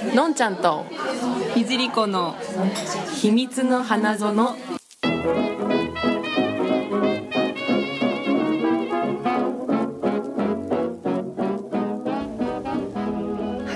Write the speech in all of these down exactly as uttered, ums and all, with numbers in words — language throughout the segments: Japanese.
のんちゃんとひじりこの秘密の花園。はい 、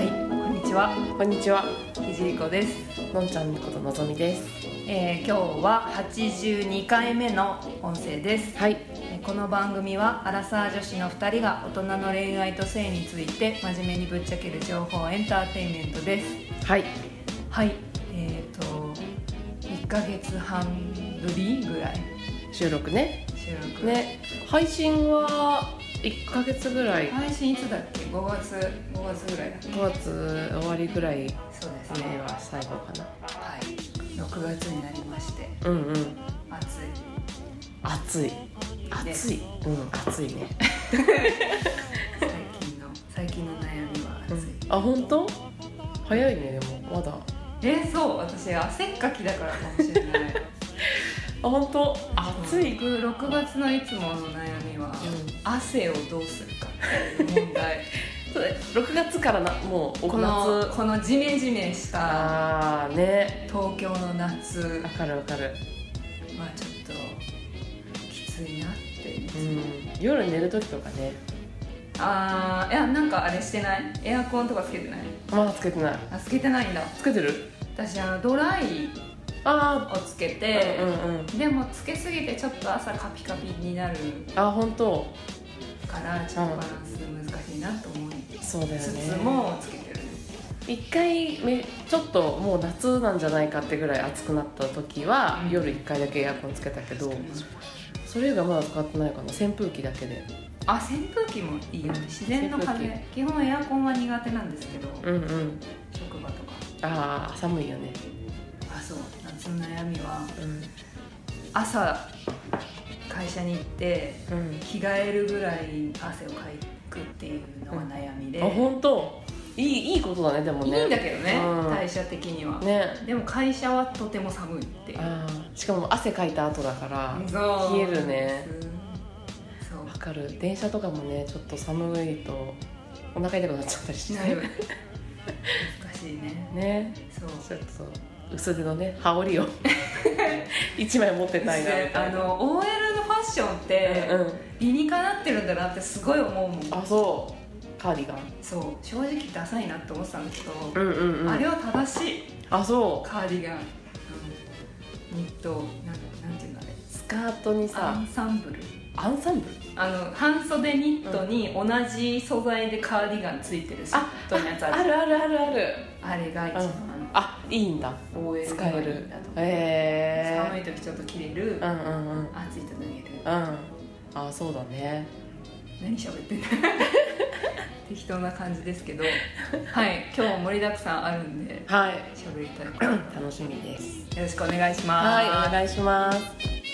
こんにちは。 こんにちは。 ひじりこです。 のんちゃんことのぞみです。 えー、今日ははちじゅうにかいめの音声です。 はい。 この番組はアラサー女子のふたりが大人の恋愛と性について真面目にぶっちゃける情報エンターテインメントです。 はい。 はい。えーといっかげつはんぶりぐらい収録ね。 収録ね。配信はいっかげつぐらい。 配信いつだっけ？ごがつごがつぐらいだっけ？ ごがつ終わりぐらい。 そうですね。 は最後かな。 はい。ろくがつになりまして。 うんうん。 暑い。 暑い。暑い。うん、暑いね。 最近の最近の悩みは暑い。 うん、あ、本当？早いね。でもまだ。 え、そう。私汗っかきだからかもしれない。 あ、本当？暑い。 ろくがつのいつもの悩みは、うん、汗をどうするかっていう問題。 ろくがつからな、もうこのこのジメジメしたあ、ね、 東京の夏。 わかるわかる。 まあちょっときついなって、 うん、夜寝る時とかね。 あー、いや、なんかあれしてない？エアコンとかつけてない？ まだつけてない。 あ、つけてないんだ。 つけてる？ 私あのドライあをつけて、 うんうんうん、 でもつけすぎてちょっと朝カピカピになる。 あ、本当？ からちょっとバランス難しいなと思いつつもつけてる。 一回めちょっともう夏なんじゃないかってぐらい暑くなった時は、うん、夜一回だけエアコンつけたけど、うん、それ以外まだ使ってないかな。扇風機だけで。 あ、扇風機もいいよね。自然の風。基本エアコンは苦手なんですけど、 うんうん、 職場とか。 ああ、寒いよね。 あ、そう。夏の悩みは、 うん、朝会社に行って、うん、着替えるぐらい汗をかくっていうのが悩みで、 うん、あ、本当？いい、いいことだね。でもね、 いいんだけどね、うん、代謝的には、ね、でも会社はとても寒いっていう。 あ、しかも汗かいた後だから冷えるね。そう、わかる。電車とかもね、ちょっと寒いとお腹痛くなっちゃったりして難しいね。 ね、そう、ちょっと薄手のね、羽織を一枚持ってたいなみたいな。 あの オーエル のファッションって理にかなってるんだなってすごい思うもん。 あ、そう。カーディガン。 そう、正直ダサいなって思ってたんだけど、 うんうんうん、 あれは正しい。 あ、そう。 カーディガン、うん、ニット、なん、なんていうんだね、 スカートにさ、 アンサンブルアンサンブルあの半袖ニットに同じ素材でカーディガンついてるセットのやつある。 あるあるあるある。 あれが一番、うん、 あ、いいんだ。 オーエル使える。 へー、寒い時ちょっと着れる、 うんうんうん、 暑いと脱げる。 うん。あ、そうだね。 何喋ってんの適当な感じですけど、はい、今日も盛りだくさんあるんで、はい、喋りたい楽しみです。 よろしくお願いします。 はい、お願いします。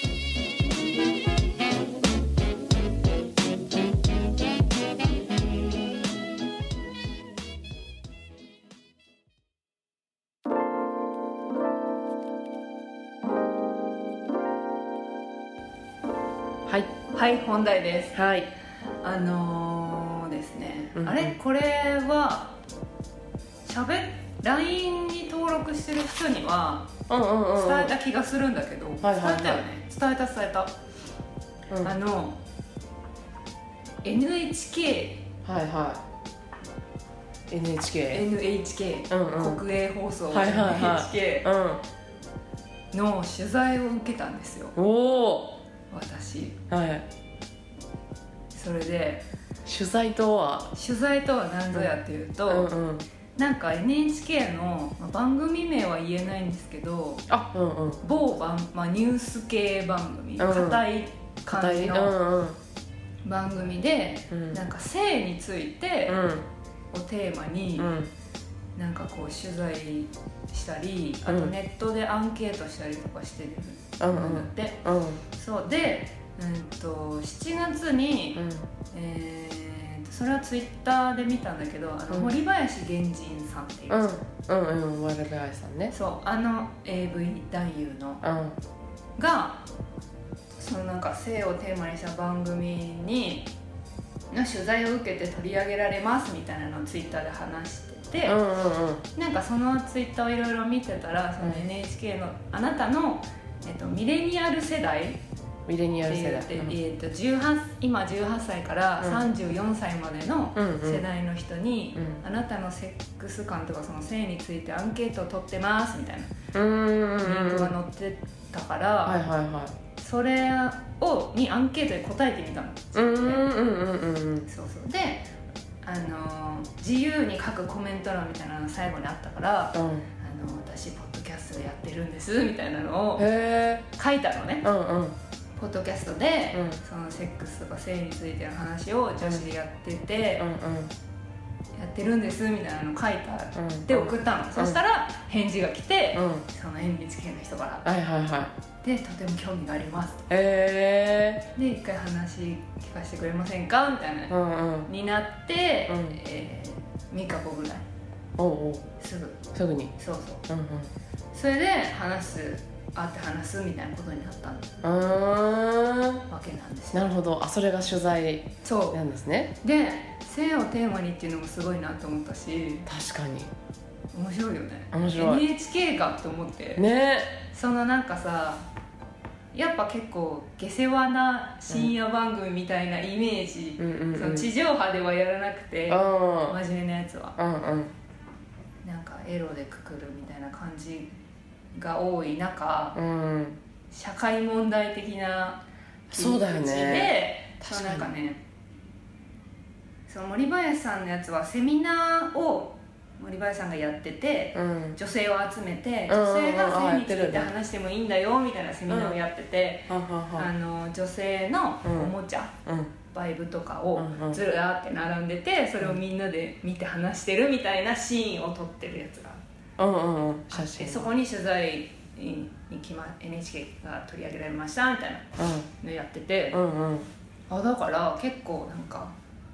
はい、 はい、本題です。 はい。 あのー、ですね、うんうん、あれこれはしゃべ ライン に登録してる人には伝えた気がするんだけど、うんうんうん、伝えたよね。伝えた伝えた、うん、あの エヌエイチケー、はいはい、エヌエイチケー、 エヌエイチケー、うんうん、国営放送 エヌエイチケー の取材を受けたんですよ。 おー、 私、 はい。 それで取材とは取材とは何ぞやっていうと、うんうんうん、なんか エヌエイチケー の番組名は言えないんですけど、あ、うんうん、某番、まあ、ニュース系番組、硬、うん、い感じの番組で、うんうん、なんか性についてをテーマに、うん、なんかこう取材したり、あとネットでアンケートしたりとかしてるんだって、うんうん、そうで、うんと、しちがつに、うん、えー、それはツイッターで見たんだけど、あの、うん、森林源人さんっていう、うんうんうん、森林さんね、そう、あの エーブイ 男優の、うん、がそのなんか性をテーマにした番組にの取材を受けて取り上げられますみたいなのをツイッターで話してて、うんうんうん、なんかそのツイッターをいろいろ見てたら、その エヌエイチケー のあなたの、えっと、ミレニアル世代ミレニアル世代、 って言って、うん、えー、とじゅうはち今じゅうはっさいからさんじゅうよんさいまでの世代の人に、うんうん、あなたのセックス感とかその性についてアンケートを取ってますみたいなリンクが載ってたから、はいはいはい、それをにアンケートで答えてみたの。そうそうで、あの自由に書くコメント欄みたいなのが最後にあったから、うん、あの私ポッドキャストやってるんですみたいなのを書いたのね。うんうん、ポッドキャストで、うん、そのセックスとか性についての話を女子でやってて、うんうんうん、やってるんですみたいなの書いたって送ったの、うん、そしたら返事が来て、うん、その エヌエイチケー の人から、はいはいはい、でとても興味があります、へえー、で一回話聞かせてくれませんかみたいな、うんうん、になって、うん、えー、みっかごぐらいおうおうすぐすぐにそうそう、うんうん、それで話す会って話すみたいなことになったわけなんですよ。 なるほど、あ、それが取材なんですね。 で、性をテーマにっていうのもすごいなと思ったし、 確かに面白いよね。 面白いエヌエイチケー かと思ってね。 そのなんかさ、やっぱ結構下世話な深夜番組みたいなイメージ、うんうんうんうん、その地上波ではやらなくて、真面目なやつは、うんうん、なんかエロでくくるみたいな感じが多い中、うん、社会問題的なそうだよね。 そう、なんかね、その森林さんのやつはセミナーを森林さんがやってて、うん、女性を集めて、うん、女性が性について話してもいいんだよみたいなセミナーをやってて、うん、あの女性のおもちゃ、うん、バイブとかをずらーって並んでて、それをみんなで見て話してるみたいなシーンを撮ってるやつがうんうんうん、写真そこに取材に来ま エヌエイチケー が取り上げられましたみたいなのやってて、うんうん、あだから結構なんか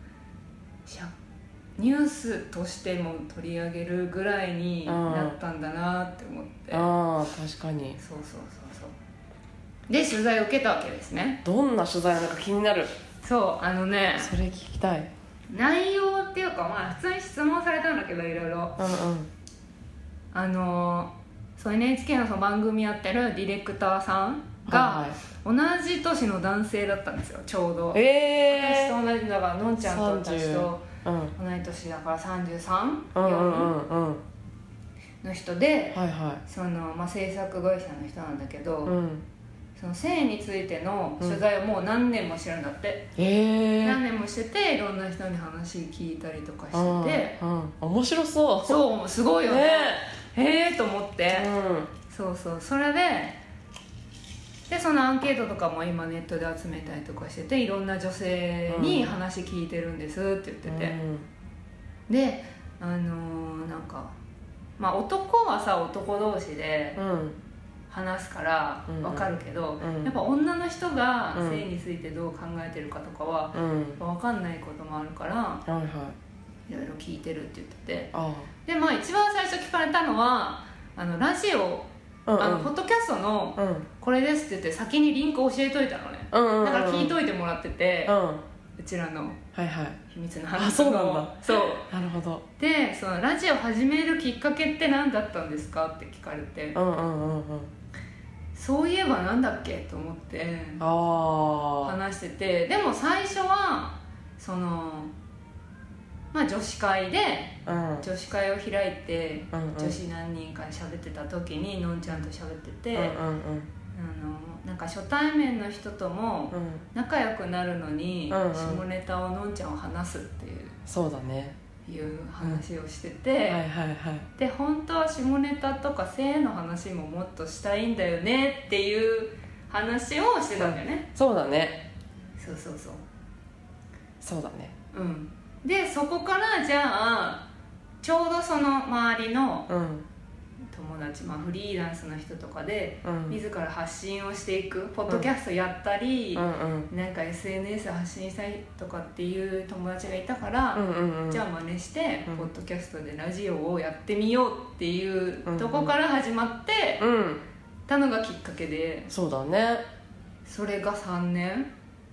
ニュースとしても取り上げるぐらいになったんだなって思って、 ああ確かにそうそうそうそうで取材を受けたわけですね。 どんな取材なのか気になる。 そうあのねそれ聞きたい。 内容っていうかまあ普通に質問されたんだけどいろいろ、うんうんあのそう エヌエイチケー の, その番組やってるディレクターさんが同じ年の男性だったんですよちょうど、えー、私と同じだからのんちゃんと私と同い年だからさんじゅうさん、うんうんうん、の人で、はいはい、そのまあ、制作会社の人なんだけど、うん、その性についての取材をもう何年もしてるんだって、うんえー、何年もしてていろんな人に話聞いたりとかしてて、 うんうん、面白そうそうすごいよね、えー、へえと思って、うん、そうそうそれででそのアンケートとかも今ネットで集めたりとかしてていろんな女性に話聞いてるんですって言ってて、うん、であのー、なんかまあ男はさ男同士で、うん話すから分かるけど、うんうん、やっぱ女の人が性についてどう考えてるかとかは分かんないこともあるから、うんはいはい、いろいろ聞いてるって言っててあで、まあ、一番最初聞かれたのはあのラジオ、うんうん、あのポッドキャストのこれですって言って先にリンク教えといたのね、うんうんうん、だから聞いといてもらってて、うん、うちらの秘密の話の、はいはい、あそうなんだそうなるほどでそのラジオ始めるきっかけって何だったんですかって聞かれてうんうんうんうんそういえばなんだっけと思って話しててでも最初はそのまあ女子会で、うん、女子会を開いて、うんうん、女子何人かで喋ってた時にのんちゃんと喋ってて、うんうんうん、あのなんか初対面の人とも仲良くなるのに、うんうん、下ネタをのんちゃんを話すっていうそうだねいう話をしてて、うんはいはいはい、で本当は下ネタとか性の話ももっとしたいんだよねっていう話をしてたんだよね、 うん、そうだねそうそうそうそうだねうんでそこからじゃあちょうどその周りの友達、まあ、フリーランスの人とかで、うん、自ら発信をしていくポッドキャストやったり、うんうん、なんか エスエヌエス 発信したいとかっていう友達がいたから、うんうんうん、じゃあ真似して、うん、ポッドキャストでラジオをやってみようっていうとこから始まって、うんうん、たのがきっかけでそうだねそれがさんねん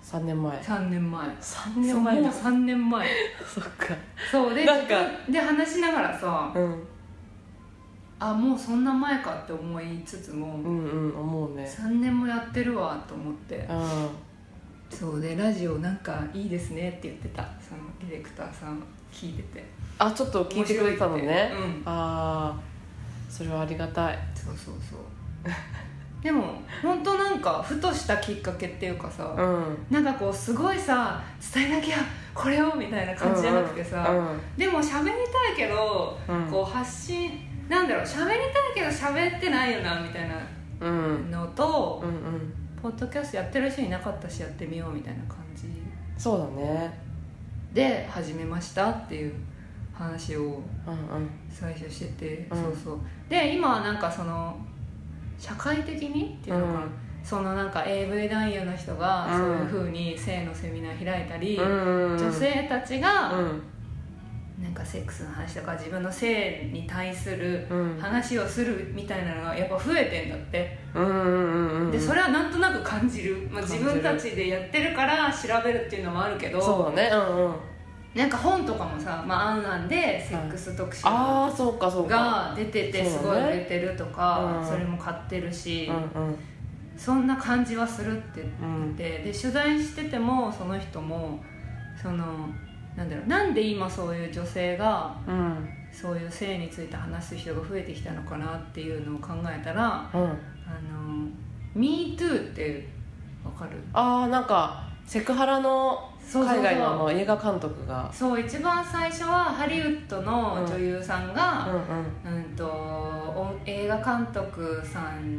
さんねんまえさんねんまえさんねんまえもうさんねんまえそっかそうでなんかで話しながらさ、 うん、 あもうそんな前かって思いつつも、 うんうん思うねさんねんもやってるわと思って、 うん、 そうでラジオなんかいいですねって言ってた、そのディレクターさん聞いてて、 あちょっと聞いてくれたのね、 うん、 ああそれはありがたい。 そうそうそうでも本当なんかふとしたきっかけっていうかさ、うん、なんかこうすごいさ伝えなきゃこれをみたいな感じじゃなくてさ、うんうん、でも喋りたいけど、うん、こう発信なんだろう喋りたいけど喋ってないよなみたいなのと、うんうんうん、ポッドキャストやってる人いなかったしやってみようみたいな感じそうだねで始めましたっていう話を最初してて、うんうん、そうそうで今はなんかその社会的にっていうのかな、うん、そのなんか エーブイ 男優の人がそういう風に性のセミナー開いたり、うん、女性たちがなんかセックスの話とか自分の性に対する話をするみたいなのがやっぱ増えてんだって、うんうんうん、でそれはなんとなく感じる、まあ、自分たちでやってるから調べるっていうのもあるけどそうだね、うんうん、 なんか本とかもさ、まあ、アンアンでセックス特集が出ててすごい売れてるとか そ,、ね、それも買ってるし、うんうん、そんな感じはするって言ってて、うん、で取材しててもその人もそのなんだろうなんで今そういう女性が、うん、そういう性について話す人が増えてきたのかなっていうのを考えたら、うん、あの ミートゥー って分かる？ ああなんかセクハラの海外 の, あの映画監督がそう一番最初はハリウッドの女優さんが、うんうんうん、と映画監督さん、うん、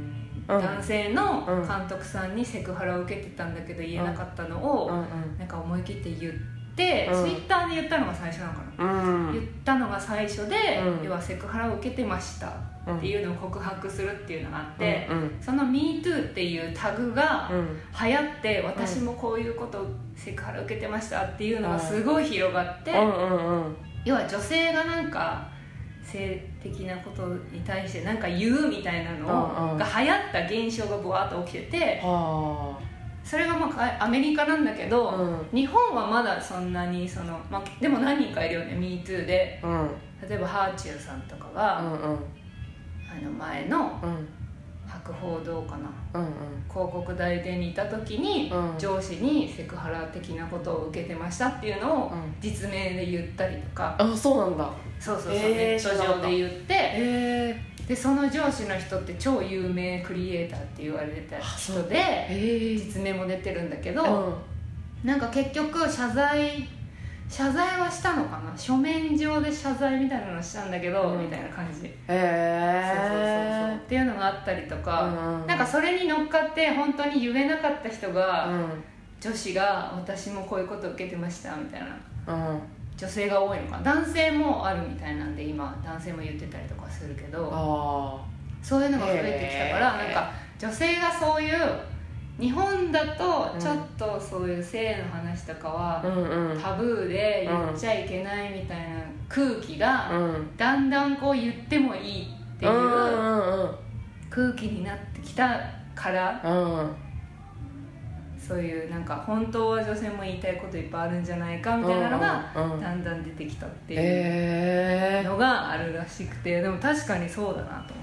男性の監督さんにセクハラを受けてたんだけど言えなかったのを、うんうん、なんか思い切って言ってで、うん、ツイッターで言ったのが最初なのかな、うん、言ったのが最初で、うん、要はセクハラを受けてましたっていうのを告白するっていうのがあって、うん、その ミートゥー っていうタグが流行って、うん、私もこういうことをセクハラ受けてましたっていうのがすごい広がって、うんうんうん、要は女性がなんか性的なことに対して何か言うみたいなのが流行った現象がブワーッと起きてて、うんそれがまあアメリカなんだけど、うん、日本はまだそんなにその、まあ、でも何人かいるよね ミートゥー で、うん、例えばハーチューさんとかが、うんうん、あの前の博報堂かな、うんうん、広告代理店にいた時に、うん、上司にセクハラ的なことを受けてましたっていうのを実名で言ったりとか、 うん、あそうなんだそうそうそう、ネット上で言って、えーでその上司の人って超有名クリエイターって言われてた人で実名も出てるんだけど、うん、なんか結局謝罪謝罪はしたのかな書面上で謝罪みたいなのしたんだけど、うん、みたいな感じへえそうそうそうそうっていうのがあったりとか、うん、なんかそれに乗っかって本当に言えなかった人が、うん、女子が私もこういうことを受けてましたみたいな、うん女性が多いのか男性もあるみたいなんで今男性も言ってたりとかするけどあそういうのが増えてきたからなんか女性がそういう日本だとちょっとそういう性の話とかはタブーで言っちゃいけないみたいな空気がだんだんこう言ってもいいっていう空気になってきたからそういうなんか本当は女性も言いたいこといっぱいあるんじゃないかみたいなのがだんだん出てきたっていうのがあるらしくてでも確かにそうだなと思った。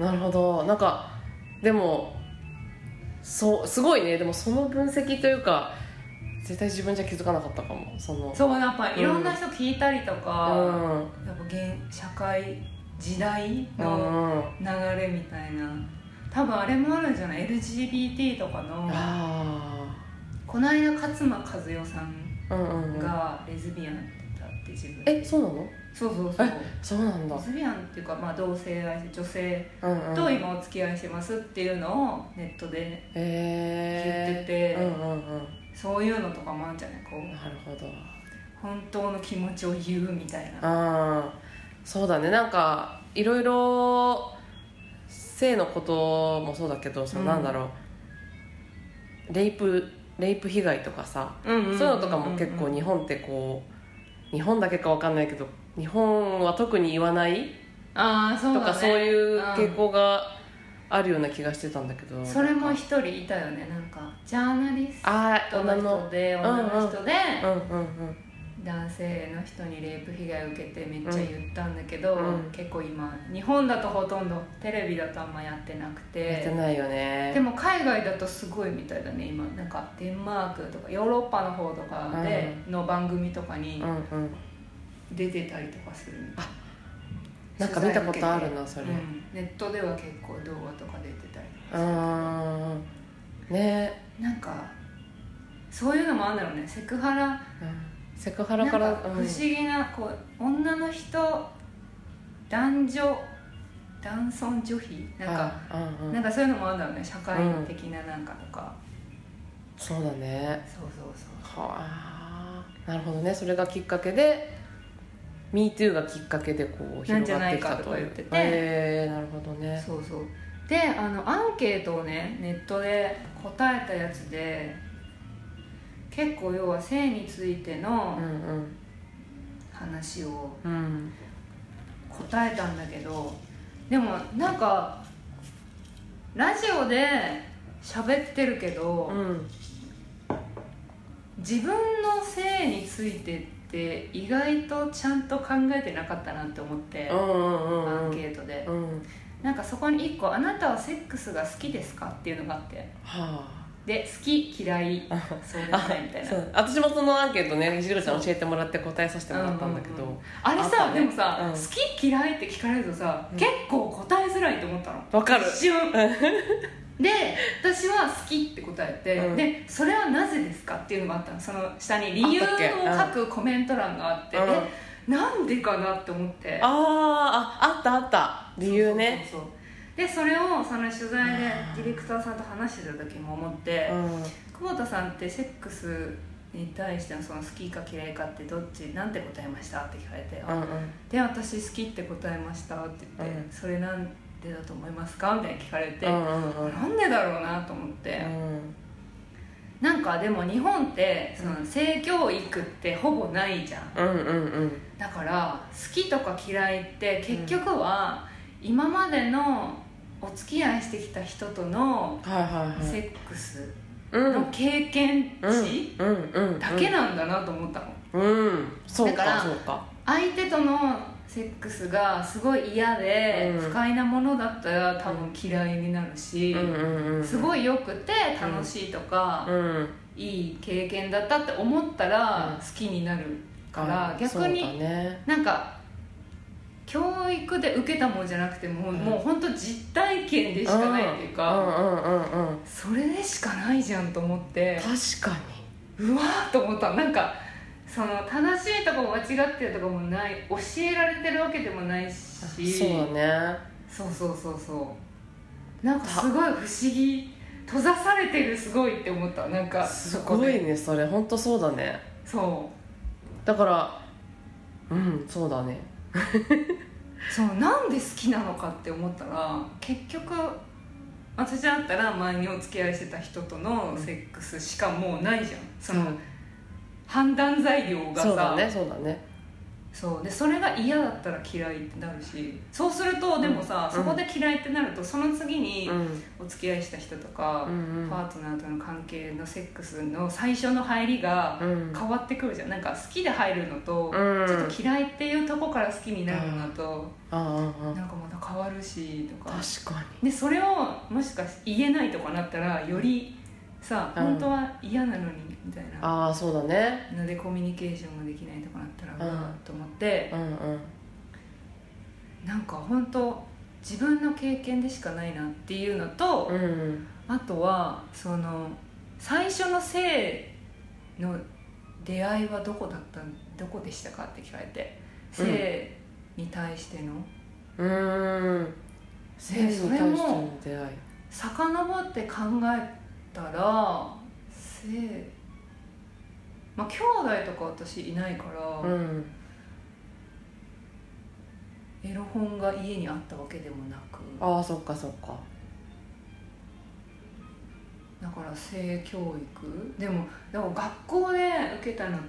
なるほどなんかでもそうすごいねでもその分析というか絶対自分じゃ気づかなかったかもそのそうやっぱいろんな人聞いたりとか、うん、やっぱ現社会時代の流れみたいな、うん多分あれもあるんじゃない エルジービーティー とかのこの間勝間和代さんがレズビアンだって自分でえそうなのそうそうそうそうなんだレズビアンっていうか、まあ、同性愛者女性と今お付き合いしてますっていうのをネットで言ってて、うんうんうん、そういうのとかもあるんじゃないこうなるほど本当の気持ちを言うみたいなあそうだねなんかいろいろ性のこともそうだけどその、うん、なんだろうレイプレイプ被害とかさ、うんうんうんうん、そういうのとかも結構日本ってこう日本だけか分かんないけど日本は特に言わないあそうだ、ね、 とかそういう傾向があるような気がしてたんだけど、 それも一人いたよね。なんかジャーナリストの人で女の人で男性の人にレイプ被害を受けてめっちゃ言ったんだけど、うん、結構今日本だとほとんどテレビだとあんまやってなくて、 やってないよね。 でも海外だとすごいみたいだね今。なんかデンマークとかヨーロッパの方とかでの番組とかに出てたりとかするみたい。 なんか見たことあるなそれ、うん、 ネットでは結構動画とか出てたりとかする。 あーね、 なんかそういうのもあるんだろうね。セクハラ、うん、 セクハラからなんか不思議なこう女の人男女男尊女卑なんか、うんうん、なんかそういうのもあるんだろうね。社会的ななんかとか、 うん、そうだね。 そうそうそう。 はあ、なるほどね。それがきっかけでミートゥー がきっかけでこう広がってきたという。えー、なるほどね。 そうそう。であのアンケートをねネットで答えたやつで結構要は性についての話を答えたんだけど、でもなんかラジオで喋ってるけど、うん、自分の性についてって意外とちゃんと考えてなかったなって思って、アンケートで、うん、なんかそこにいっこ「あなたはセックスが好きですか?」っていうのがあって、はあ、で好き嫌いそうですねみたいな。そう私もそのアンケートねひじろちゃん教えてもらって答えさせてもらったんだけど、うんうんうん、 あれさ、ね、でもさ、うん、好き嫌いって聞かれるとさ、うん、結構答えづらいと思ったの。 わかる。 一瞬で私は好きって答えて、うん、でそれはなぜですかっていうのがあったの。その下に理由を書くコメント欄があって、うん、えなんでかなって思って。 あああったあった理由ね。 そうそうそうそう。でそれをその取材でディレクターさんと話してた時も思って、うん、久保田さんってセックスに対してのその好きか嫌いかってどっちなんて答えましたって聞かれて、うんうん、で私好きって答えましたって言って、うん、それなんでだと思いますかみたいに聞かれて、うんうんうん、なんでだろうなと思って、うん、なんかでも日本ってその性教育ってほぼないじゃん、うんうんうん、だから好きとか嫌いって結局は今までのお付き合いしてきた人とのセックスの経験値だけなんだなと思ったの、 うん、そうかだからそうか相手とのセックスがすごい嫌で不快なものだったら多分嫌いになるし、すごいよくて楽しいとか、うん、いい経験だったって思ったら好きになるから、うん、逆になんか教育で受けたもんじゃなくてもう、うん、もう本当実体験でしかないっていうか、それでしかないじゃんと思って。 確かにうわーと思った。なんかその正しいとこも間違ってるとこもない、教えられてるわけでもないし。 そうだね。 そうそうそうそう。なんかすごい不思議、閉ざされてるすごいって思った。なんかすごいねそれ本当そうだね。 そうだからうんそうだねそうなんで好きなのかって思ったら結局私だったら前にお付き合いしてた人とのセックスしかもうないじゃん。その、うん、判断材料がさ。 そうだねそうだね。 そうでそれが嫌だったら嫌いってなるし、そうするとでもさ、うん、そこで嫌いってなるとその次にお付き合いした人とか、うん、パートナーとの関係のセックスの最初の入りが変わってくるじゃん。なんか好きで入るのと、うん、ちょっと嫌いっていうとこから好きになるのと、うん、なんかまた変わるしとか。 確かに。でそれをもしかして言えないとかなったらよりさ、うん、本当は嫌なのにみたいな。 ああそうだね。 のでコミュニケーションができないとかなったらうわ、うん、と思って、うんうん、なんか本当自分の経験でしかないなっていうのと、うんうん、あとはその最初の性の出会いはどこだったどこでしたかって聞かれて、性に対しての、 うん、うん性に対しての出会い遡って考えたら性まあ兄弟とか私いないから、うん、エロ本が家にあったわけでもなく。 ああそっかそっか。 だから性教育でもでも学校で受けたのって、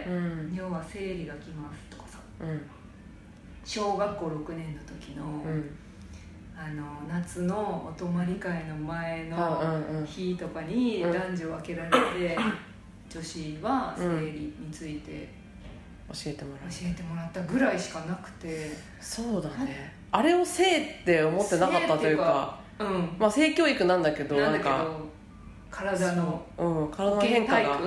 うん、要は生理が来ますとかさ、うん、小学校ろくねんの時の、うん、 あの夏のお泊まり会の前の日とかに男女分けられて、うん、女子は生理について教えてもらう教えてもらったぐらいしかなくて。 そうだね、あれを性って思ってなかったというか、うん、まあ性教育なんだけど、 なんだけどなんか体の、 うん、体の変化が、うん、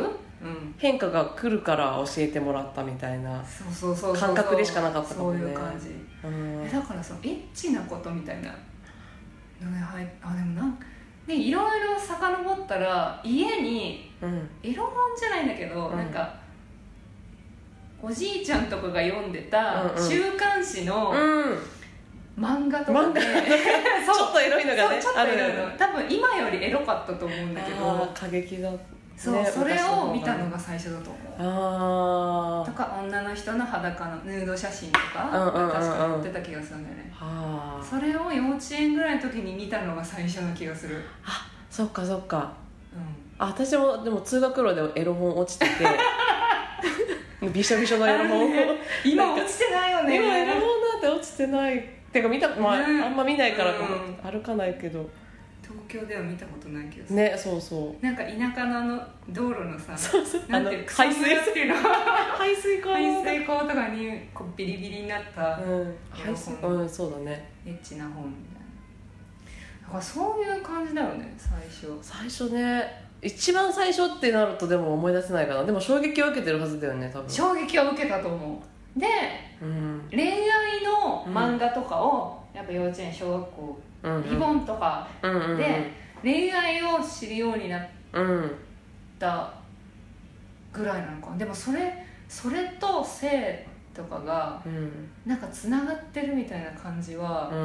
変化が来るから教えてもらったみたいな感覚でしかなかったかもね。 そういう感じ、うん、だからそのエッチなことみたいなのね、はい、あでもなんかね、いろいろ遡ったら家に、うん、エロ本じゃないんだけど、うん、なんかおじいちゃんとかが読んでた週刊誌の、うんうん漫画とかでちょっとエロいのがね、 ちょっとエロいの多分今よりエロかったと思うんだけど、 過激だ、ね、 そうそれを見たのが最初だと思う。あとか女の人の裸のヌード写真とか、うんうんうんうん、確か載ってた気がするんだよね。それを幼稚園ぐらいの時に見たのが最初の気がする。 あ、そっかそっか、うん、あ私もでも通学路でエロ本落ちててびしょびしょのエロ本今落ちてないよね。 今エロ本なんて落ちてないってか見た、まあ、うん、あんま見ないからか、うん、歩かないけど東京では見たことないけどね。そうそうなんか田舎のあの道路のさ、 そうそう、 なんていう排水っていうの排水溝排水溝とかにこうビリビリになった、 うん、排水溝、うん、そうだね、 エッチな本みたいな。だからそういう感じだよね最初。 最初ね、一番最初ってなるとでも思い出せないかな。でも衝撃を受けてるはずだよね多分。 衝撃を受けたと思う。で、うん、恋愛の漫画とかを、うん、やっぱ幼稚園小学校、うんうん、リボンとかで、うんうんうん、恋愛を知るようになったぐらいなのかな。でもそれそれと性とかが、うん、なんかつながってるみたいな感じは、うん、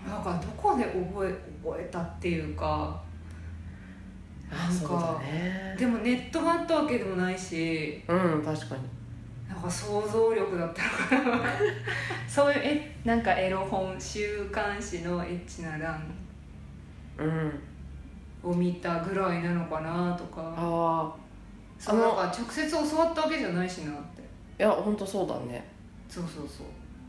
なんかどこで覚え覚えたっていうか、なんか、ね、でもネットがあったわけでもないし、 うん、確かになんか想像力だったのかなそういうえなんかエロ本、週刊誌のエッチな欄を見たぐらいなのかなとか、うん、あそうなんか直接教わったわけじゃないしなって。 いや本当そうだね。 そうそうそう。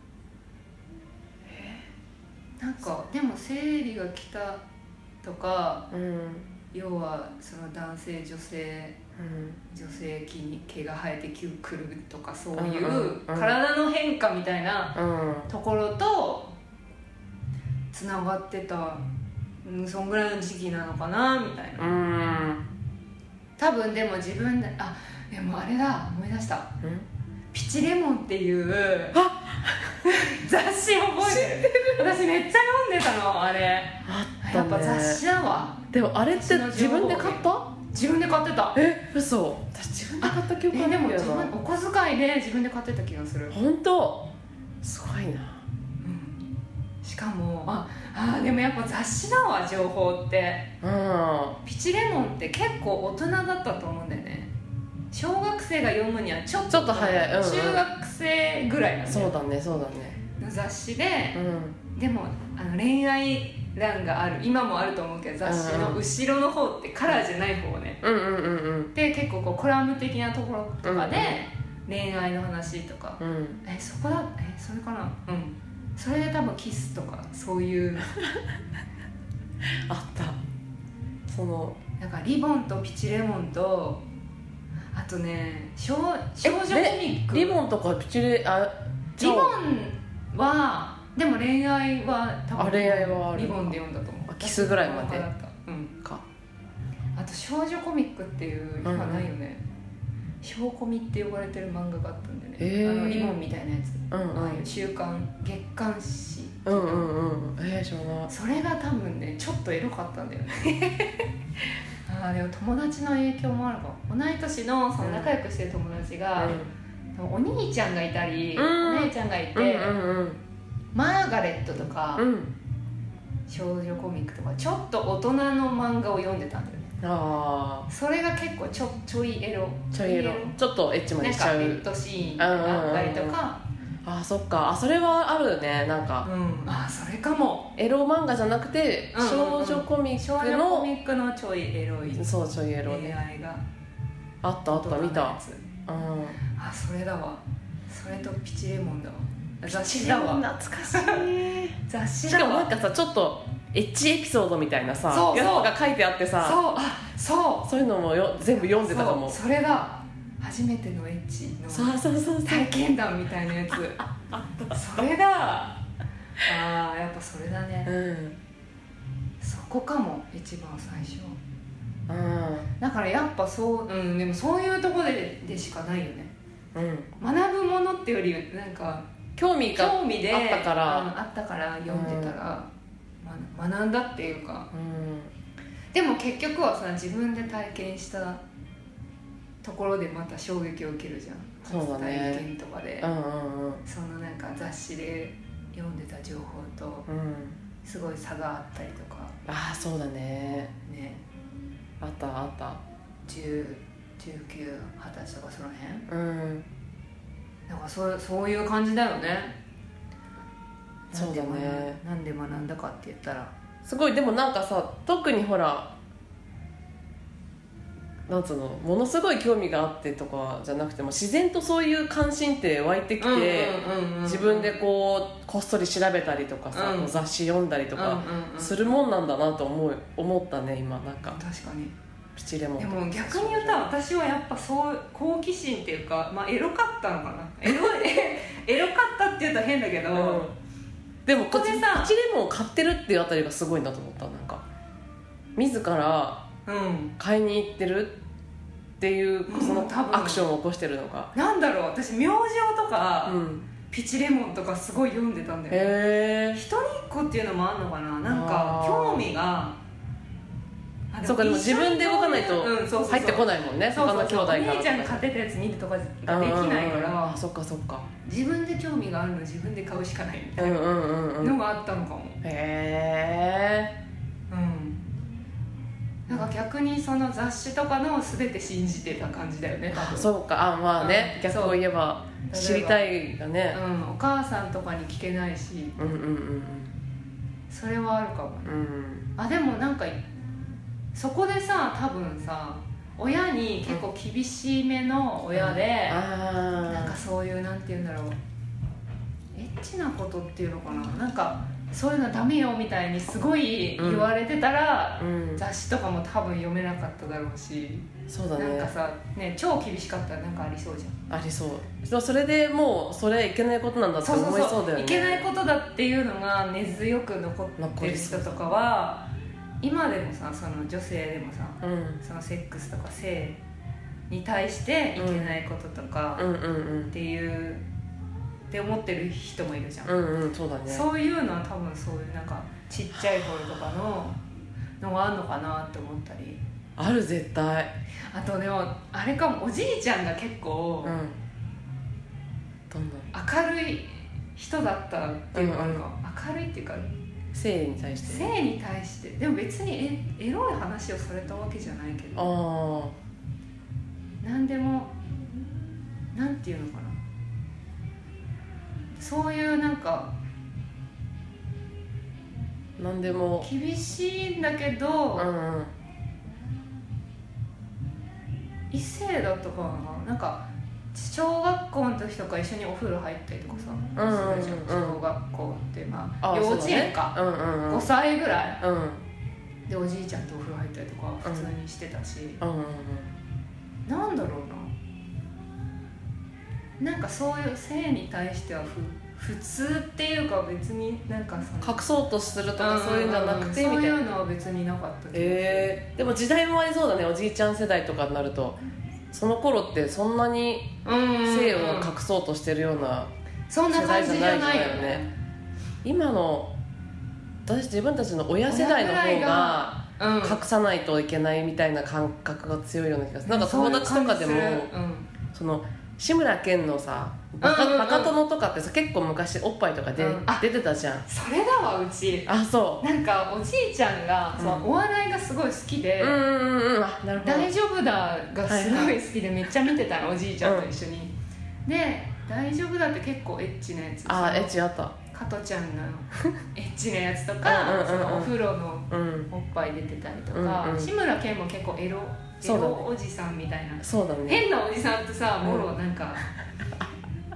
なんかでも生理が来たとか、うん、要はその男性女性、うん、女性器に毛が生えてくるとかそういう体の変化みたいなところとつながってた、うん、そんぐらいの時期なのかなみたいな、うん、多分。でも自分であでもあれだ思い出した、うん、ピチレモンっていう雑誌を覚えてる。私めっちゃ読んでたのあれ。あったね、やっぱ雑誌だわ。 でもあれって自分で買った？ 自分で買ってた。 え、嘘。私自分で買った記憶あるんだよな。 でも自分お小遣いで自分で買ってた気がする。 本当？すごいな、うん、 しかもああでもやっぱ雑誌だわ情報って、うん、ピチレモンって結構大人だったと思うんだよね。小学生が読むにはちょっと、 ちょっと早い、うんうん、 中学生ぐらいなんだよ。 そうだねそうだね。 の雑誌で、うん、でもあの恋愛欄がある、今もあると思うけど雑誌の後ろの方ってカラーじゃない方ね、うんうんうんうん、で結構こうコラム的なところとかで恋愛の話とか、うん、えそこだえそれかな、うんそれで多分キスとかそういうあったそのなんかリボンとピチレモンとあとね少女コミック。 リボンとかピチレあリボンはでも恋愛は多分恋愛はあるリボンで読んだと思う。 キスぐらいまで、 うん、かあと少女コミックっていう今ないよね、うん、少コミって呼ばれてる漫画があったんでね、えー、あのリボンみたいなやつ、うんうん、ああいう週刊月刊誌うんうんうんえー、知らない。 それが多分ねちょっとエロかったんだよねああでも友達の影響もあるかも。同い年のその仲良くしてる友達が、うん、お兄ちゃんがいたり、うん、お姉ちゃんがいて、うんうんうん、マーガレットとか、うん、少女コミックとかちょっと大人の漫画を読んでたんだよね。あそれが結構ちょ、ちょいエロちょいエロちょっとエッチまでしちゃうなんかベッドシーンがあったりとか、うんうんうん、 あそっかあそれはあるねなんか、 うん、あそれかもエロ漫画じゃなくて、うんうんうん、少女コミックの少女コミックのちょいエロいそうちょいエロね恋愛があったあった見た、うん、 あそれだわ。それとピチレモンだわ。 雑誌だわ。 懐かしい雑誌だわ。しかもなんかさちょっとエッチエピソードみたいなさそうそうやつが書いてあってさ、 そうあそうそういうのもよ全部読んでたかも。 そうそれだ、初めてのエッチの体験談みたいなやつそれだ。あーやっぱそれだね、うん、そこかも一番最初、うん、だからやっぱそう、うん、でもそういうところ で, でしかないよね、うん、学ぶものってよりなんか興味が興味であったから、 うん、あったから読んでたら、うん、学んだっていうか、うん、でも結局はさ自分で体験したところでまた衝撃を受けるじゃん。 そうだね、 体験とかで、 うんうんうん、 そのなんか雑誌で読んでた情報とすごい差があったりとか、 うん、ああそうだね、 ね、 あったあった、 じゅう、じゅうきゅう、はたちとかその辺、うん、なんかそう、そういう感じだよね。 そうだね、 なんで学んだかって言ったらすごい。でもなんかさ特にほらなんつうの、ものすごい興味があってとかじゃなくても自然とそういう関心って湧いてきて、自分でこうこっそり調べたりとかさ、うん、雑誌読んだりとかするもんなんだなと思う思ったね今。なんか確かにピチレモン。 でも逆に言ったら私はやっぱそう好奇心っていうか、まあ、エロかったのかなエロエロかったって言うと変だけど、うん、 でもここでさピチレモンを買ってるっていうあたりがすごいなと思った。なんか自ら買いに行ってるっていうそのアクションを起こしてるのか、 なんだろう、私明星とか、うん、ピチレモンとかすごい読んでたんだよね。へえ。一人っ子っていうのもあるのかな、なんか興味が。 そうか、でも自分で動かないと入ってこないもんね、他の兄弟から。 お姉ちゃんが買ってたやつ見るとかができないから、 あ、そっかそっか、 自分で興味があるの自分で買うしかないみたいなのがあったのかも。へえ。うん。なんか逆にその雑誌とかの全て信じてた感じだよね、多分。そうか、あ、まあね、うん、逆を言えば知りたいがね、うん、お母さんとかに聞けないし、うんうんうんうん、それはあるかもね、うん、あ、でもなんかそこでさ、多分さ親に結構厳しめの親で、うん、あ、なんかそういうなんて言うんだろう、エッチなことっていうのかな、なんかそういうのダメよみたいにすごい言われてたら、うんうん、雑誌とかも多分読めなかっただろうし。そうだね、なんかさ、ね、超厳しかったらなんかありそうじゃん。ありそう。それでもうそれいけないことなんだって思いそうだよね。そうそうそう、いけないことだっていうのが根強く残ってる人とかは今でもさ、その女性でもさ、うん、そのセックスとか性に対していけないこととかっていうって思ってる人もいるじゃん、うんうん、そうだね。そういうのは多分そういうなんかちっちゃい頃とかののがあるのかなって思ったり。ある、絶対。あとでもあれかも、おじいちゃんが結構、うん、どんどん明るい人だったっていうのがあるか、うんうん、明るいっていうか性に対して、性に対して。でも別に エ, エロい話をされたわけじゃないけど、あ、なんでもなんていうのかな、そういうなんかなんでも厳しいんだけど、うんうん、異性だとかな、なんか小学校の時とか一緒にお風呂入ったりとかさ、うんうんうん、するじゃん。小学校ってまあ幼稚園か、うんうんうん、ごさいぐらい、うん、でおじいちゃんとお風呂入ったりとか普通にしてたし、うんうんうん、なんだろうな、なんかそういう性に対してはふ普通っていうか、別になんかその隠そうとするとかそういうのはなくてみたいな、そういうのは別になかったけど、えー、でも時代もありそうだね。おじいちゃん世代とかになるとその頃ってそんなに性を隠そうとしてるような世代じゃないよね。今の私自分たちの親世代の方が隠さないといけないみたいな感覚が強いような気がする。なんか友達とかでも、うん、その志村けんのさバカ、うんうんうん、バカ殿とかってさ結構昔おっぱいとかで、うん、出てたじゃん。それだわ、うち。あ、そうなんかおじいちゃんが、うん、そのお笑いがすごい好きで、うんうんうん、あ、なるほど、大丈夫だがすごい好きでめっちゃ見てたの、おじいちゃんと一緒に、うん、で大丈夫だって結構エッチなやつ、あ、エッチあった、加トちゃんのエッチなやつとか、うんうんうんうん、そのお風呂のおっぱい出てたりとか、うんうん、志村けんも結構エロエロおじさんみたいな、そうだね、変なおじさんってさ、もろなんか、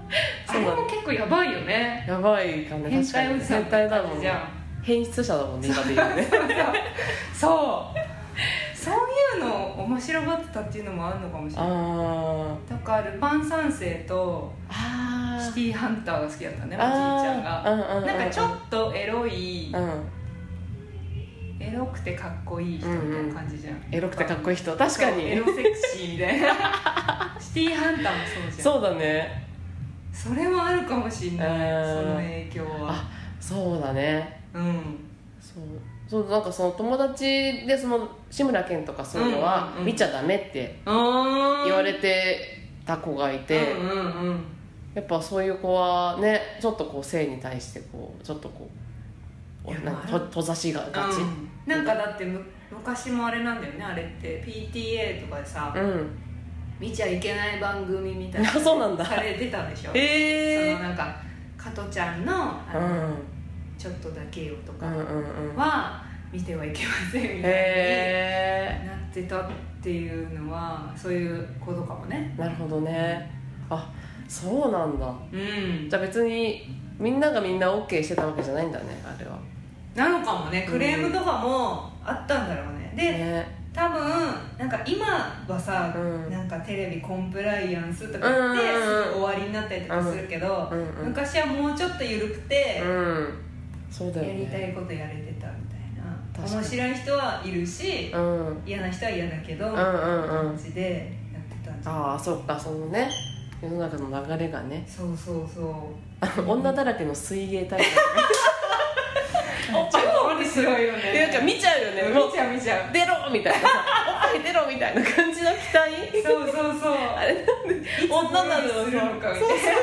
あれも結構やばいよね。 やばいかね。 変態おじさんって感じじゃん。 変質者だもんね今で言うねそうそういうの面白がってたっていうのもあるのかもしれない。あだからルパン三世とシティーハンターが好きだったね、おじいちゃんが。うんうん、なんかちょっとエロい、うん、エロくてかっこいい人みたいな感じじゃん、うんうん、 エロくてかっこいい人、確かにエロセクシーみたいなシティーハンターもそうじゃん。 そうだね、 それはあるかもしれない、その影響は。 あ、そうだね、うん、そうそうなんかその友達でその志村けんとかそういうのは見ちゃダメって言われてた子がいて、うんうんうん、やっぱそういう子はねちょっとこう性に対してこうちょっとこうなんかと閉ざしががち、うん、 なんかだってむ昔もあれなんだよね、あれって ピーティーエー とかでさ、うん、見ちゃいけない番組みたいなそうなんだされてたでしょ。 へー、 そのなんか加トちゃんのあの、うんちょっとだけよとかは見てはいけませんみたいになってたっていうのはそういうことかもね。 なるほどね、あ、そうなんだ、うん、じゃあ別にみんながみんな OK してたわけじゃないんだね、あれは。 なのかもね、クレームとかもあったんだろうね、うん、で、ね、多分なんか今はさ、うん、なんかテレビコンプライアンスとか言ってすぐ終わりになったりとかするけど、うんうんうん、昔はもうちょっと緩くて、うんそうだよね、やりたいことやれてたみたいな。面白い人はいるし、うん、嫌な人は嫌だけど、うんうんうん、感じでやってたんじゃない。 ああ、そっか、そのね世の中の流れがね。 そうそうそう女だらけの水泳大会おっぱい超面白いよね。 なんか見ちゃうよね、 見ちゃう見ちゃう、 出ろみたいなさおっぱい出ろみたいな感じの期待そうそうそうあれなんで女なのするのかみたいな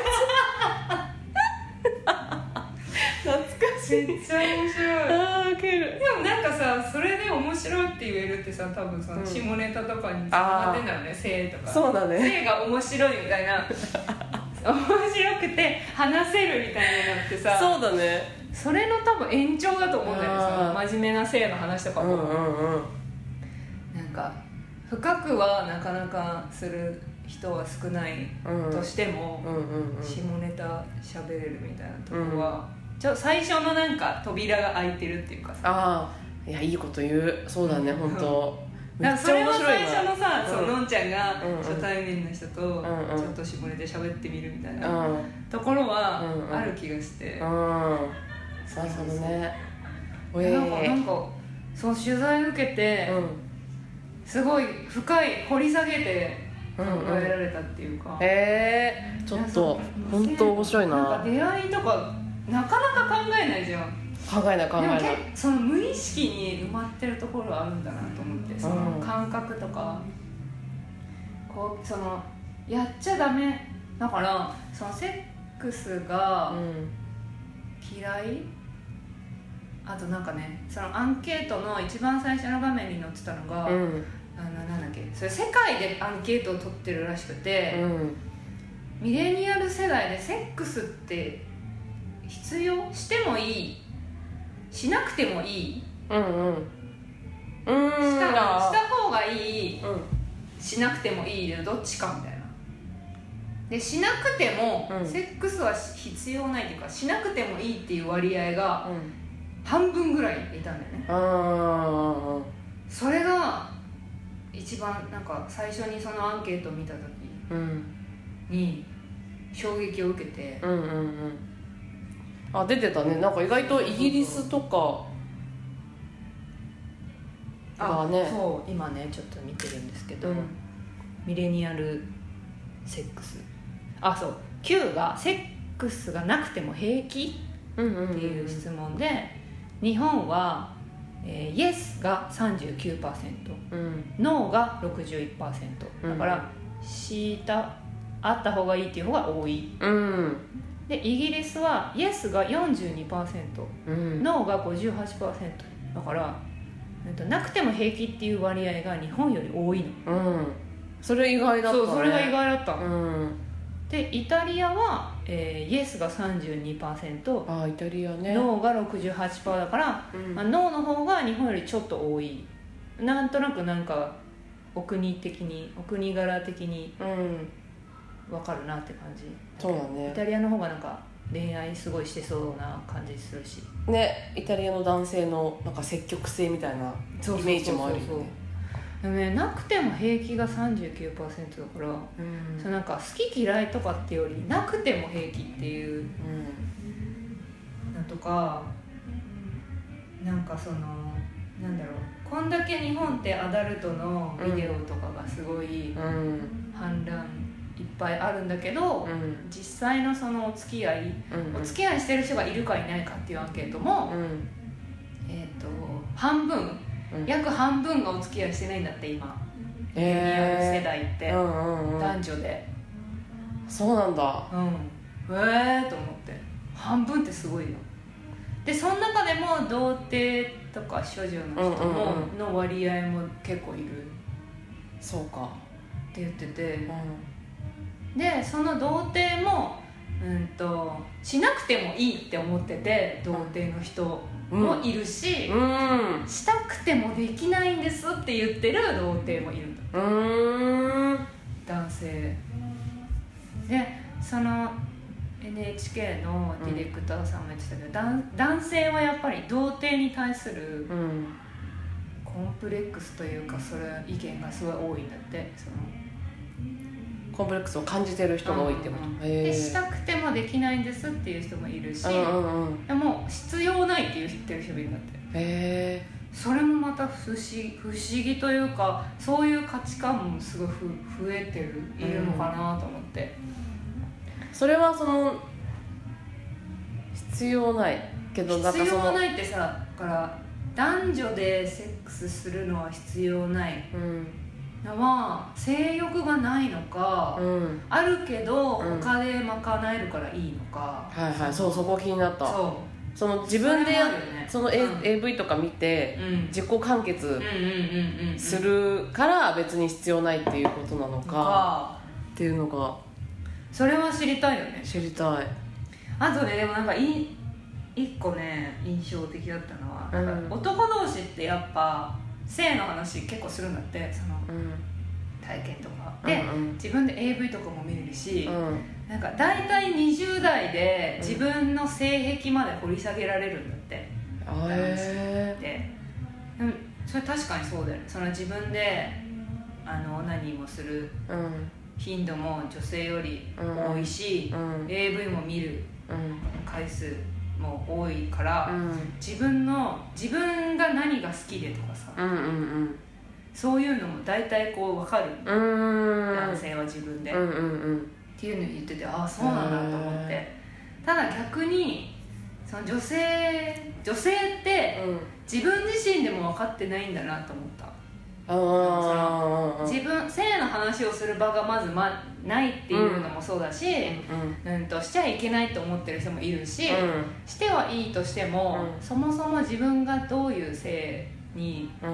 懐かしい、 めっちゃ面白い。 あーウケる。 でもなんかさ、それで面白いって言えるってさ、多分さ、うん、下ネタとかにつながってんだろうね、性とか。 そうだね、 性が面白いみたいな面白くて話せるみたいなのってさ、 そうだね、 それの多分延長だと思うんだよね、真面目な性の話とかも、うんうんうん、なんか深くはなかなかする人は少ないとしても、うんうんうんうん、下ネタ喋れるみたいなところは、うん、ちょ最初のなんか扉が開いてるっていうかさ。 ああ、いやいいこと言う、そうだね、うん、本当めっちゃ面白いな。それは最初のさ、うん、そうのんちゃんが初対面の人とちょっと下ネタ喋ってみるみたいな、うん、ところはある気がして、うんうん、 そうそうね。 なんか、なんかその取材受けて、うん、すごい深い掘り下げて考えられたっていうか、うんうん、 へえー、ちょっと本当面白いな。 なんか出会いとかなかなか考えないじゃん。 考えない考えない。でもその無意識に埋まってるところはあるんだなと思って、その感覚とか、うん、こうそのやっちゃダメだから、そのセックスが嫌い、うん、あとなんかね、そのアンケートの一番最初の画面に載ってたのが、うん、あのなんだっけ、それ世界でアンケートを取ってるらしくて、うん、ミレニアル世代でセックスって必要してもいい、しなくてもいい、うんうんうんした、した方がいい、うん、しなくてもいいでどっちかみたいな。でしなくても、うん、セックスは必要ないというか、しなくてもいいっていう割合が、うん、半分ぐらいいたんだよね。あ、それが一番なんか最初にそのアンケートを見た時に衝撃を受けて、うんうんうん、 あ、出てたね。なんか意外とイギリスとかがね、そう今ねちょっと見てるんですけど、うん、ミレニアルセックス、あ、そう Q がセックスがなくても平気っていう質問で、日本は、えー、イエスが さんじゅうきゅうパーセント、うん、ノーが ろくじゅういちパーセント、だからしたあった方がいいっていう方が多い、うん、でイギリスはイエスが よんじゅうにパーセント、うん、ノーが ごじゅうはちパーセント だから、なくても平気っていう割合が日本より多いの、うん、 それ意外だったね。 そう、それが意外だった、うん、でイタリアは、えー、イエスが さんじゅうにパーセント、 あ、イタリアね、 ノーが ろくじゅうはちパーセント だから、うん、まあ、ノーの方が日本よりちょっと多い、なんとなくなんかお国的にお国柄的に分かるなって感じ。 そうだね。 イタリアの方がなんか恋愛すごいしてそうな感じするしね。イタリアの男性のなんか積極性みたいなイメージもあるよね。 でもね、なくても平気が さんじゅうきゅうパーセント だから、うん、そのなんか好き嫌いとかってよりなくても平気っていうのとか、なんかそのなんだろう、こんだけ日本ってアダルトのビデオとかがすごい氾濫いっぱいあるんだけど、うん、実際のそのお付き合い、うんうん、お付き合いしてる人がいるかいないかっていうアンケートも、うん、えーと半分、うん、約半分がお付き合いしてないんだって今、えー、世代って、うんうんうん、男女で。 そうなんだ。 うん、えーと思って、半分ってすごいよ。でその中でも童貞とか処女の人もの割合も結構いる、 そうかって言ってて、うん、でその童貞も、うんとしなくてもいいって思ってて童貞の人もいるし、うんうん、したくてもできないんですって言ってる童貞もいるんだ。うーん、男性で、そのエヌエイチケー のディレクターさんも言ってたけど、うん、男性はやっぱり童貞に対するコンプレックスというか、それ意見がすごい多いんだって。そのコンプレックスを感じてる人が多いってこと、うんうん、 でしたくてもできないんですっていう人もいるし、うんうんうん、でも必要ないって言ってる人もいるんだって。へー、それもまた不思議、不思議というか、そういう価値観もすごいふ増えてるいるのかなと思って、 うん、それはその必要ないけど、 なんかその必要ないってさ、だから男女でセックスするのは必要ないのは、うん、性欲がないのか、うん、あるけど他で賄えるからいいのか、 うん、はいはい、そう、そこ気になった。そうその自分で そ, その エーブイ とか見て、うん、自己完結するから別に必要ないっていうことなのかっていうのが、 それは知りたいよね。 知りたい。あとね、でもなんかい一個ね印象的だったのは、うん、なんか男同士ってやっぱ性の話結構するんだって、その、うん、体験とかで、うんうん、自分で エーブイ とかも見れるし、うん、なんか大体にじゅう代で自分の性癖まで掘り下げられるんだって、うん、男子って。でもそれ確かにそうだよね。その自分であの何もする頻度も女性より多いし、うんうん、エーブイ も見る回数も多いから、うん、自分の自分が何が好きでとかさ、うんうんうん、そういうのも大体こう分かる、うん、男性は自分で、うんうんうん、っていうのを言ってて、ああそうなんだと思って。ただ逆にその女性女性って、うん、自分自身でも分かってないんだなと思った。あ、自分性の話をする場がまず、ま、ないっていうのもそうだし、うんうんうん、としちゃいけないと思ってる人もいるし、うん、してはいいとしても、うん、そもそも自分がどういう性に、うん、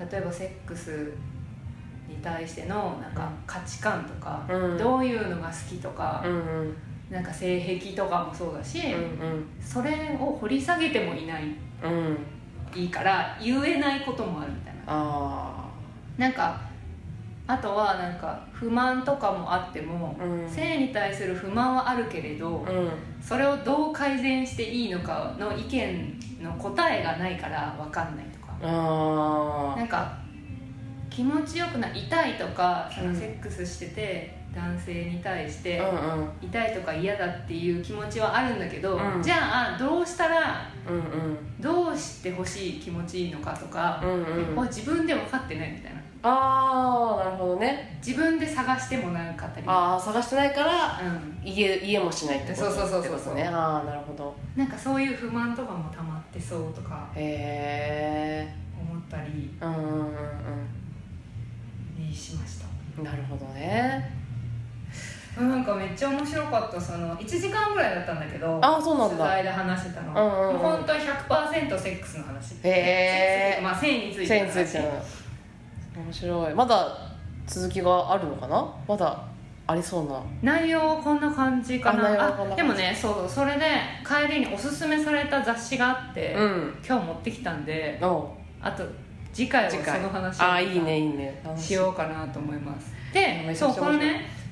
例えばセックスに対してのなんか価値観とか、うん、どういうのが好きとか、うんうん、なんか性癖とかもそうだし、うんうん、それを掘り下げてもいない、うん、いいから言えないこともあるみたいな。あ、なんかあとはなんか不満とかもあっても、うん、性に対する不満はあるけれど、うん、それをどう改善していいのかの意見の答えがないから分かんないとか、あ、なんか気持ちよくない、痛いとか、そのセックスしてて、うん、男性に対して痛いとか嫌だっていう気持ちはあるんだけど、うん、じゃあどうしたら、うんうん、どうしてほしい気持ちいいのかとか、うんうん、自分で分かってないみたいな。 ああ、なるほどね。 自分で探してもなかったり、 ああ、探してないから、うん、言え、言えもしないってこと。 そうそうそうそうね。 ああ、なるほど。 なんかそういう不満とかも溜まってそうとか、へえ、思ったり、うんうんうんうんにしました。 なるほどね。 なんかめっちゃ面白かった。そのいちじかんぐらいだったんだけど、 あ、そうなんだ、 取材で話してたの、うんうんうん、本当は ひゃくパーセント セックスの話。へえ、まあ、性についての話。性についての面白い。まだ続きがあるのかな。まだありそうな。 内容はこんな感じかな。 あ, あでもね、そう、それで帰りにおすすめされた雑誌があって、うん、今日持ってきたんで、あと次回はその話をあ、いいねいいね、 しようかなと思います。で、そう、このね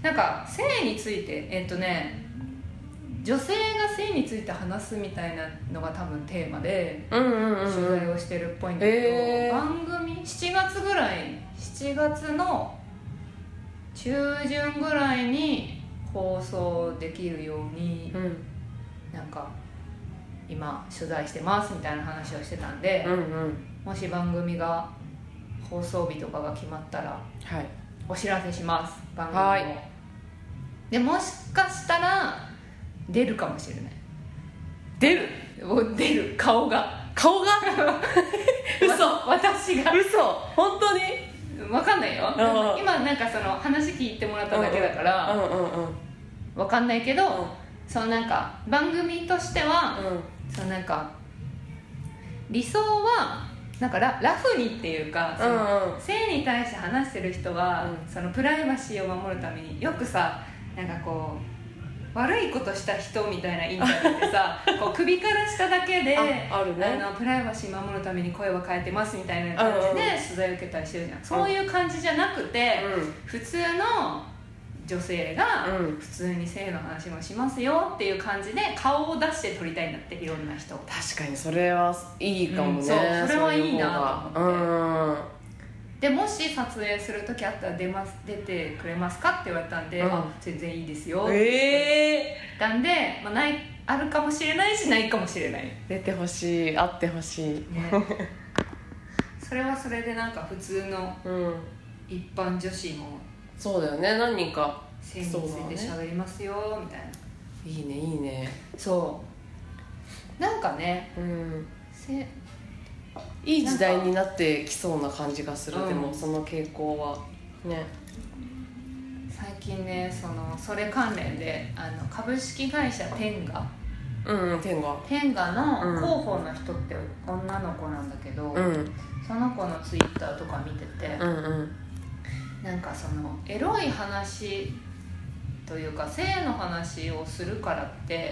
なんか性についてえっとね女性が性について話すみたいなのが多分テーマで取材をしてるっぽいんだけど、番組しちがつぐらいしちがつの中旬ぐらいに放送できるように、うん、なんか今取材してますみたいな話をしてたんで、うんうん、もし番組が放送日とかが決まったら、はい、お知らせします番組を、はい、でもしかしたら出るかもしれない。 出る出る顔が顔が嘘私が嘘本当に分かんないよ。今なんかその話聞いてもらっただけだから分かんないけど、うん、そのなんか番組としては、うん、そのなんか理想はなんか ラ, ラフにっていうかその、うん、性に対して話してる人は、うん、そのプライバシーを守るためによくさなんかこう悪いことした人みたいなインタビューでさこう首から下だけで あ, ある、ね、あのプライバシー守るために声は変えてますみたいな感じで取材を受けたりしてるじゃん、うん、そういう感じじゃなくて、うん、普通の女性が普通に性の話もしますよっていう感じで顔を出して撮りたいんだって、いろんな人。 確かにそれはいいかもね、うん、 そうそれはいいなと思って、うんでもし撮影する時あったら出ます、出てくれますかって言われたんで、うん、あ全然いいですよって言ったんで、えーまあ、ないあるかもしれないしないかもしれない。 出てほしい、会ってほしい、ね、 それはそれでなんか普通の一般女子も、 うん、そうだよね、何人か性について喋りますよみたいな、ね、 いいねいいね。 そうなんかね、うんせいい時代になってきそうな感じがする、うん、でもその傾向はね。 最近ねそのそれ関連であの株式会社テンガうんテンガテンガの広報の人って女の子なんだけど、うん、その子のツイッターとか見てて、うんうん、なんかそのエロい話というか性の話をするからって、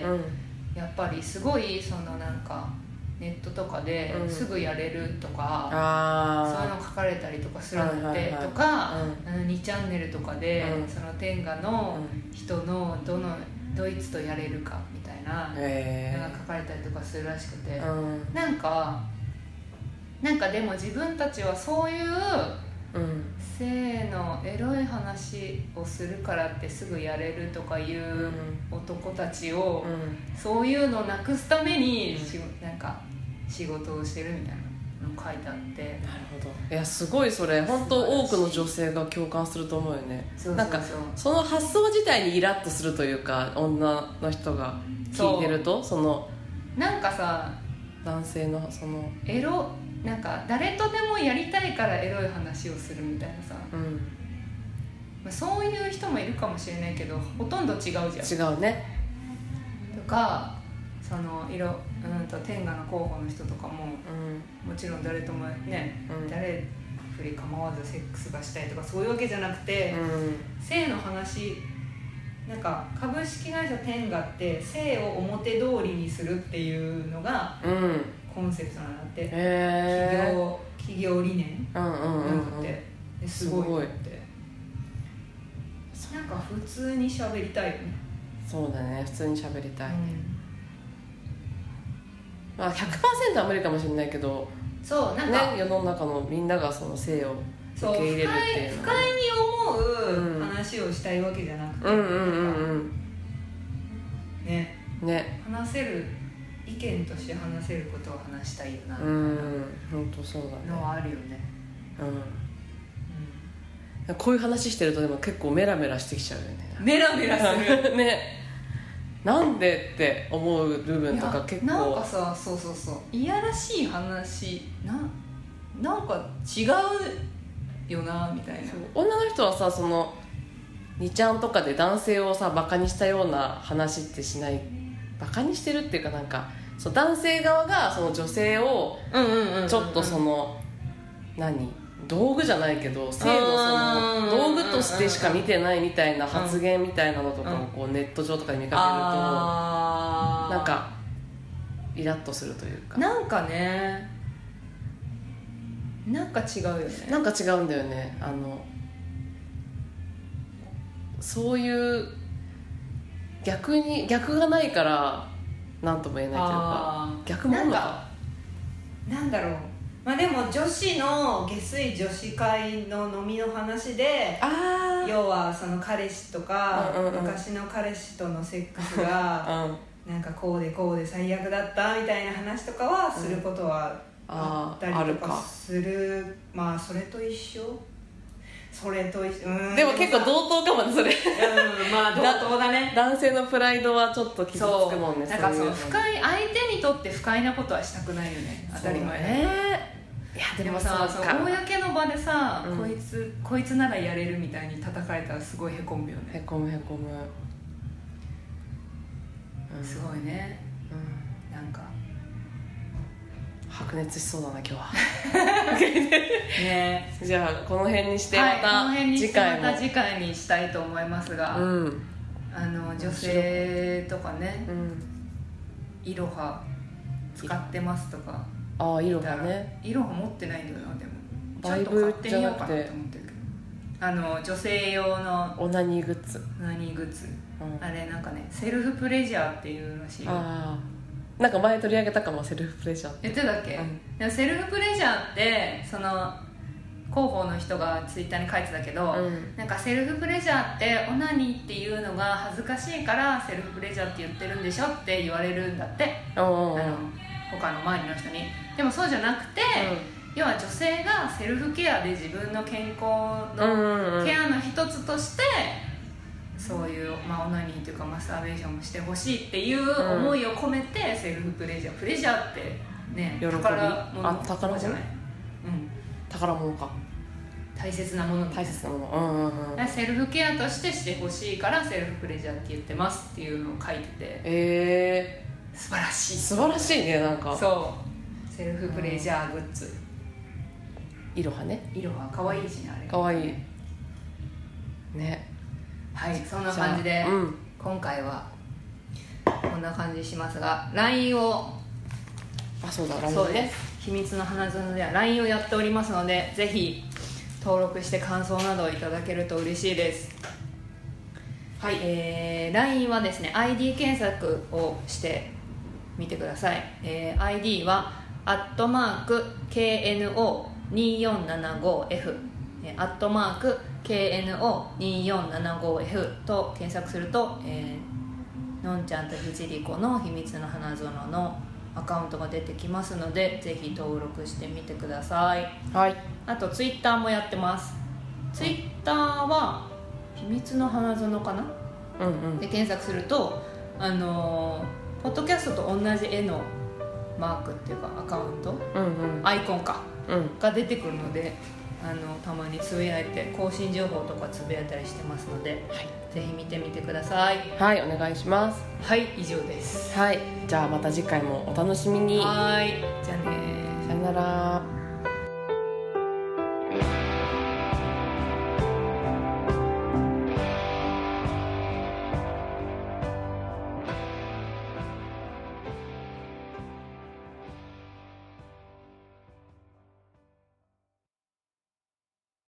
うん、やっぱりすごいそのなんかネットとかですぐやれるとか、うん、そういうの書かれたりとかするのって、はいはいはい、とか、うん、にチャンネルとかで、うん、そのテンガの人のどのドイツとやれるかみたいなのが書かれたりとかするらしくて、うん、なんかなんかでも自分たちはそういう、うん、性のエロい話をするからってすぐやれるとかいう男たちを、うん、そういうのをなくすために、うん、なんか仕事をしてるみたいなの書いてあって、 なるほど。いやすごいそれ本当多くの女性が共感すると思うよね。そうそうそう、なんかその発想自体にイラッとするというか、女の人が聞いてると、そのなんかさ男性のそのエロなんか誰とでもやりたいからエロい話をするみたいなさ、うん、まあ、そういう人もいるかもしれないけどほとんど違うじゃん。 違うね。 とかその色、うんと天下の候補の人とかも、うん、もちろん誰ともね、うん、誰振り構わずセックスがしたいとかそういうわけじゃなくて、うん、性の話なんか株式会社天下って性を表通りにするっていうのが、うん、コンセプトなんだって、企業、企業理念なんだって、すごいってなんか普通に喋りたいよね。 そうだね、普通に喋りたい、うん、まあ ひゃくパーセント は無理かもしれないけど、 そうなんか、 ね、世の中のみんながその性を受け入れるっていうのは不快に思う話をしたいわけじゃなくて、うんうんうんうん、ねね、 話せる意見として話せることを話したいよな、 うん、本当そうだねのはあるよね、うんうん、こういう話してるとでも結構メラメラしてきちゃうよね。 メラメラするね、なんでって思う部分とか結構なんかさ、そうそうそう、いやらしい話な、なんか違うよなみたいな。 女の人はさ、そのにちゃんとかで男性をさバカにしたような話ってしない、バカにしてるっていうか、なんかそう男性側がその女性をちょっとその何道具じゃないけど性のその道具としてしか見てないみたいな発言みたいなのとかをこうネット上とかで見かけるとなんかイラッとするというか、 なんかね、なんか違うよね。 なんか違うんだよね。あのそういう逆に逆がないから何とも言えないというか、逆もあるのかなんだろう、まあ、でも女子の下水女子会の飲みの話で、あ要はその彼氏とか、うんうんうん、昔の彼氏とのセックスが、うん、なんかこうでこうで最悪だったみたいな話とかはすることはあったりとかする、うん、まあそれと一緒それと一緒、うん、 でも結構同等かもねそれ、 うん、まあ同等だね。 男性のプライドはちょっと傷つくもんね。 なんかその不快、相手にとって不快なことはしたくないよね、当たり前ね。いやでもさ、その公の場でさ、うん、こいつこいつならやれるみたいに叩かれたらすごいへこむよね。 へこむへこむ、 うん、すごいね、うん、なんか白熱しそうだな今日はね。じゃあこの辺にしてまた次回も、 はい、この辺にしてまた次回にしたいと思いますが、うん、あの女性とかね、うん、イロハ使ってますとか、 ああイロハね、 イロハ持ってないんだよな。でもちょっと買ってみようかなと思ってるけど、あの女性用のオナニーグッズオナニーグッズ、うん、あれなんかねセルフプレジャーっていうらしいよ。 あなんか前取り上げたかも、セルフプレジャーって言ってたっけ、うん、でもセルフプレジャーってその広報の人がツイッターに書いてたけど、うん、なんかセルフプレジャーってオナニーっていうのが恥ずかしいからセルフプレジャーって言ってるんでしょって言われるんだって、あの他の周りの人に。でもそうじゃなくて、うん、要は女性がセルフケアで自分の健康のケアの一つとして、そういう、まあ、オナニーというかマスターベーションもしてほしいっていう思いを込めて、セルフプレジャー、プレジャーってね、 喜び、 宝物、 あ、宝物じゃない、うん、 宝物か、 大切なもの、 大切なもの、うんうんうん、 セルフケアとしてしてほしいからセルフプレジャーって言ってますっていうのを書いてて、 えー、 素晴らしい、 素晴らしいね。なんかそうセルフプレジャーグッズ、 イロハね、 イロハかわいいしね、あれかわいいね。 はい、そんな感じで、うん、今回はこんな感じしますが、 ライン を、 あ、そうだ、ライン ね、 そうです、秘密の花園では ライン をやっておりますので、ぜひ登録して感想などをいただけると嬉しいです。はい、えー、ライン はですね アイディー 検索をしてみてください、えー、アイディー はアットマーク ケーエヌオーにーよんななごエフ、アットマーク ケーエヌオーにーよんななごエフ と検索すると、えー、のんちゃんとひじりこの秘密の花園のアカウントが出てきますので、ぜひ登録してみてください。 はい。 あとツイッターもやってます。ツイッターは秘密の花園かな、うんうん、で検索すると、あのー、ポッドキャストと同じ絵のマークっていうかアカウント、うんうん、アイコンか、うん、が出てくるので、あのたまにつぶやいて更新情報とかつぶやいたりしてますので、はい、ぜひ見てみてください。 はい、お願いします。 はい、以上です。 はい、じゃあまた次回もお楽しみに。 はい、じゃあね、 さよなら。